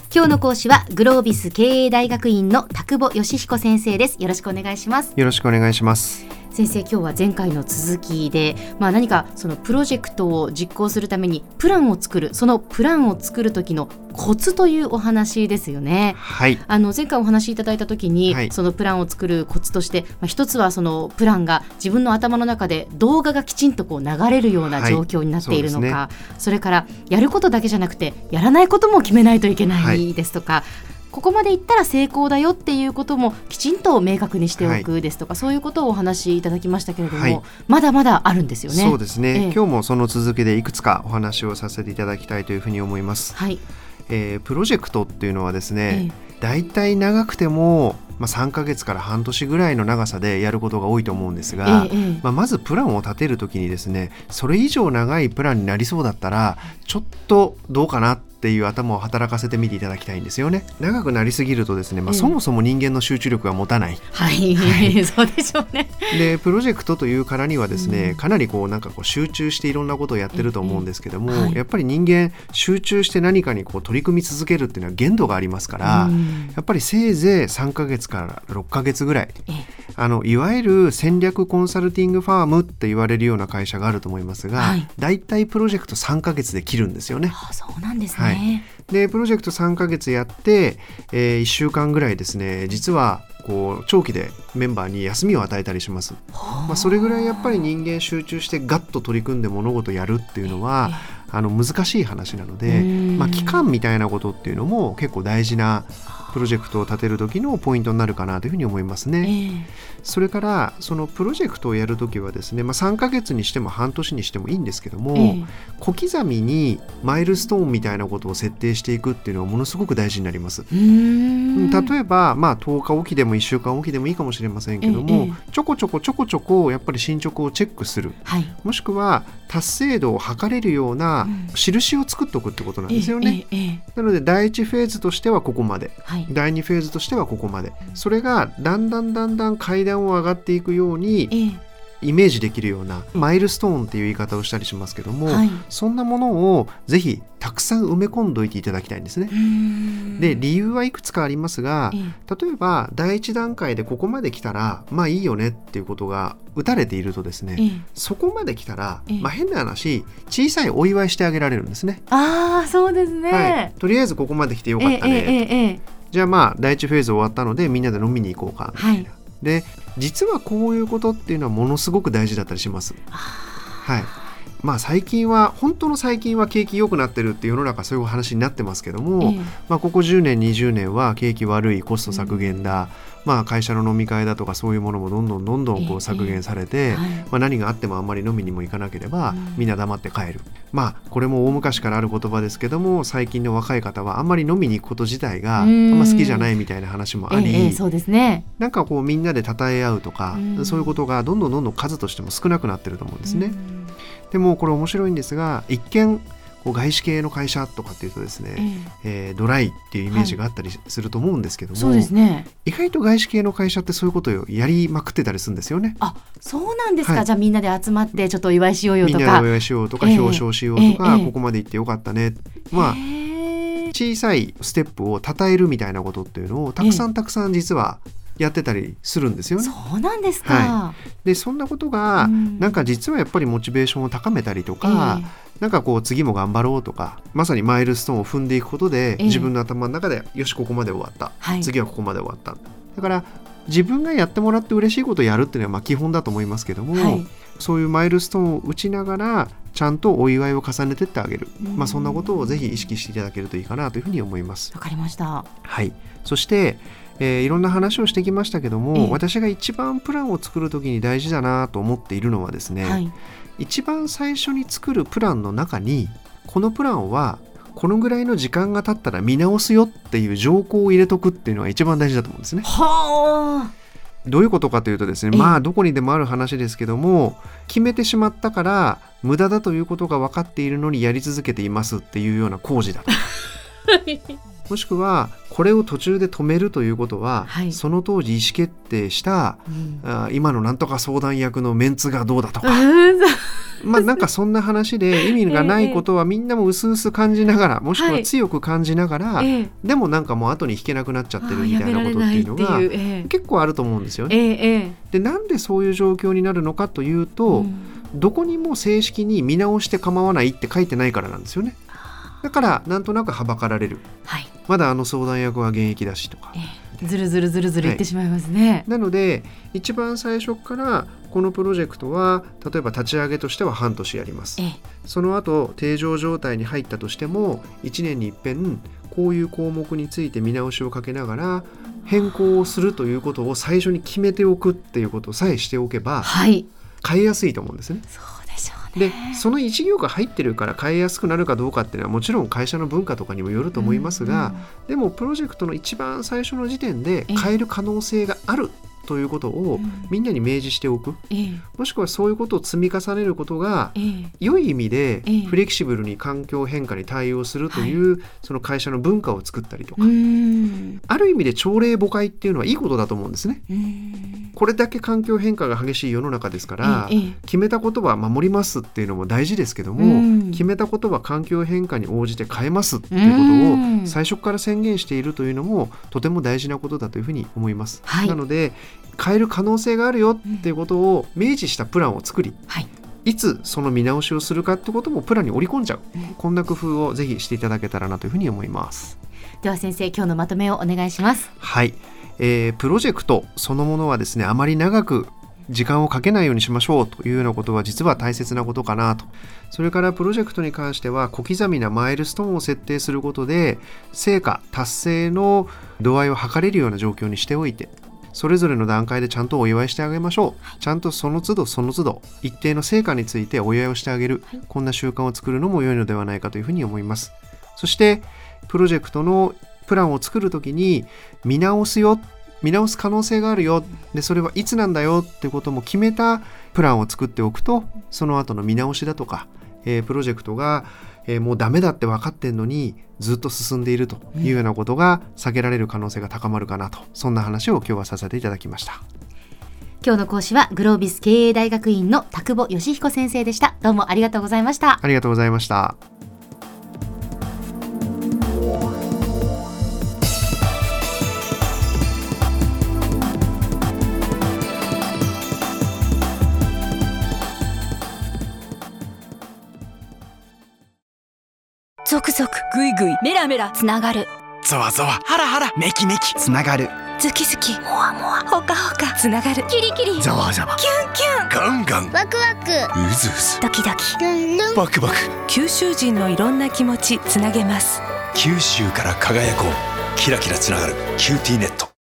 今日の講師はグロービス経営大学院の田久保義彦先生です。よろしくお願いします。 よろしくお願いします。 先生、今日は前回の続きで、何かそのプロジェクトを実行するためにプランを作る、そのプランを作る時のコツというお話ですよね。 はい。 前回お話しいただいた時に、 はい、 そのプランを作るコツとして、一つはそのプランが自分の頭の中で動画がきちんとこう流れるような状況になっているのか、はい、それからやることだけじゃなくてやらないことも決めないといけないですとか、はい、ここまでいったら成功だよっていうこともきちんと明確にしておくですとか、はい、そういうことをお話しいただきましたけれども、はい、まだまだあるんですよね。 そうですね、今日もその続きでいくつかお話をさせていただきたいというふうに思います。はい。プロジェクトっていうのはですね、だいたい長くても3ヶ月から半年ぐらいの長さでやることが多いと思うんですが、まずプランを立てるときにですね、それ以上長いプランになりそうだったらちょっとどうかなっていう頭を働かせてみていただきたいんですよね。長くなりすぎるとですね、そもそも人間の集中力が持たない、はい、そうでしょうね。でプロジェクトというからにはですね、かなり集中していろんなことをやってると思うんですけども、やっぱり人間集中して何かに取り組み続けるっていうのは限度がありますから、やっぱりせいぜい3ヶ月から6ヶ月ぐらい、いわゆる戦略コンサルティングファームって言われるような会社があると思いますが、だいたいプロジェクト3ヶ月で切るんですよね。 そうなんですね。はい。 でプロジェクト3ヶ月やって、1週間ぐらいですね、実は長期でメンバーに休みを与えたりします。それぐらいやっぱり人間集中してガッと取り組んで物事をやるっていうのは難しい話なので、期間みたいなことっていうのも結構大事なプロジェクトを立てる時のポイントになるかなというふうに思いますね。それからそのプロジェクトをやるときはですね、3ヶ月にしても半年にしてもいいんですけども、小刻みにマイルストーンみたいなことを設定していくっていうのはものすごく大事になります。例えば10日おきでも1週間おきでもいいかもしれませんけども、ちょこちょこやっぱり進捗をチェックする、もしくは達成度を測れるような印を作っておくってことなんですよね。なので第1フェーズとしてはここまで、第2フェーズとしてはここまで、それがだんだん階段を上がっていくようにイメージできるようなマイルストーンっていう言い方をしたりしますけども、そんなものをぜひたくさん埋め込んでおいていただきたいんですね。で理由はいくつかありますが、例えば第一段階でここまで来たらいいよねっていうことが打たれているとですね、そこまで来たら、変な話小さいお祝いしてあげられるんですね。 そうですね、 とりあえずここまで来てよかったね、じゃあ第一フェーズ終わったのでみんなで飲みに行こうかみたいな、で実はこういうことっていうのはものすごく大事だったりします。最近は本当の最近は景気良くなってるって世の中そういう話になってますけども、ここ10年20年は景気悪い、コスト削減だ、会社の飲み会だとかそういうものもどんどん削減されて、何があってもあんまり飲みにも行かなければ、みんな黙って帰る。これも大昔からある言葉ですけども、最近の若い方はあんまり飲みに行くこと自体があんま好きじゃないみたいな話もあり、 そうですね、 なんかみんなで称え合うとか、そういうことがどんどん数としても少なくなってると思うんですね。でもこれ面白いんですが、一見外資系の会社とかっていうとですね、ドライっていうイメージがあったりすると思うんですけども、 そうですね、 意外と外資系の会社ってそういうことをやりまくってたりするんですよね。 そうなんですか。じゃあみんなで集まってちょっとお祝いしようよとか、 みんなでお祝いしようとか、表彰しようとか、ここまで行ってよかったね、小さいステップを称えるみたいなことっていうのをたくさん実はやってたりするんですよね。 そうなんですか。 でそんなことがなんか実はやっぱりモチベーションを高めたりとか、なんか次も頑張ろうとか、まさにマイルストーンを踏んでいくことで、自分の頭の中でよしここまで終わった、次はここまで終わった。だから自分がやってもらって嬉しいことをやるっていうのは基本だと思いますけども、そういうマイルストーンを打ちながらちゃんとお祝いを重ねてってあげる、そんなことをぜひ意識していただけるといいかなというふうに思います。 わかりました。 そしていろんな話をしてきましたけども、私が一番プランを作るときに大事だなと思っているのはですね、一番最初に作るプランの中に、このプランはこのぐらいの時間が経ったら見直すよっていう条項を入れとくっていうのが一番大事だと思うんですね。どういうことかというとですね、どこにでもある話ですけども、決めてしまったから無駄だということが分かっているのにやり続けていますっていうような工事だともしくはこれを途中で止めるということは、その当時意思決定した、今のなんとか相談役のメンツがどうだとかなんかそんな話で意味がないことはみんなも薄々感じながら、もしくは強く感じながら、でもなんかもう後に引けなくなっちゃってるみたいなことっていうのが結構あると思うんですよね。で、なんでそういう状況になるのかというと、どこにも正式に見直して構わないって書いてないからなんですよね。だからなんとなくはばかられる、まだ相談役は現役だしとか、 ずるずる言ってしまいますね。 なので一番最初からこのプロジェクトは例えば立ち上げとしては半年やります。その後定常状態に入ったとしても1年に一遍こういう項目について見直しをかけながら変更をするということを最初に決めておくっていうことさえしておけば、変えやすいと思うんですね。 そうでしょうね。 で、その一行が入ってるから変えやすくなるかどうかっていうのはもちろん会社の文化とかにもよると思いますが、でもプロジェクトの一番最初の時点で変える可能性があるということをみんなに明示しておく、もしくはそういうことを積み重ねることが、良い意味でフレキシブルに環境変化に対応するという、その会社の文化を作ったりとか、ある意味で朝令暮改っていうのはいいことだと思うんですね。これだけ環境変化が激しい世の中ですから、決めたことは守りますっていうのも大事ですけども、決めたことは環境変化に応じて変えますっていうことを最初から宣言しているというのもとても大事なことだというふうに思います。なので変える可能性があるよっていうことを明示したプランを作り、いつその見直しをするかってこともプランに織り込んじゃう、こんな工夫をぜひしていただけたらなというふうに思います。 では先生、今日のまとめをお願いします。 プロジェクトそのものはですね、あまり長く時間をかけないようにしましょうというようなことは実は大切なことかなと。それからプロジェクトに関しては小刻みなマイルストーンを設定することで成果達成の度合いを測れるような状況にしておいて、それぞれの段階でちゃんとお祝いしてあげましょう。ちゃんとその都度その都度一定の成果についてお祝いをしてあげる、こんな習慣を作るのも良いのではないかというふうに思います。そしてプロジェクトのプランを作るときに見直す可能性があるよ、でそれはいつなんだよってことも決めたプランを作っておくと、その後の見直しだとか、プロジェクトが、もうダメだって分かってんのにずっと進んでいるというようなことが避けられる可能性が高まるかなと、そんな話を今日はさせていただきました。 今日の講師はグロービス経営大学院の田久保義彦先生でした。どうもありがとうございました。 ありがとうございました。 ゾクゾクグイグイメラメラつながる、 ゾワゾワハラハラメキメキつながる、 ズキズキモワモワホカホカつながる、キリキリザワザワキュンキュンガンガンワクワクうずうずドキドキルンルンバクバク、 九州人のいろんな気持ちつなげます。 九州から輝こう、キラキラつながるキューティーネット。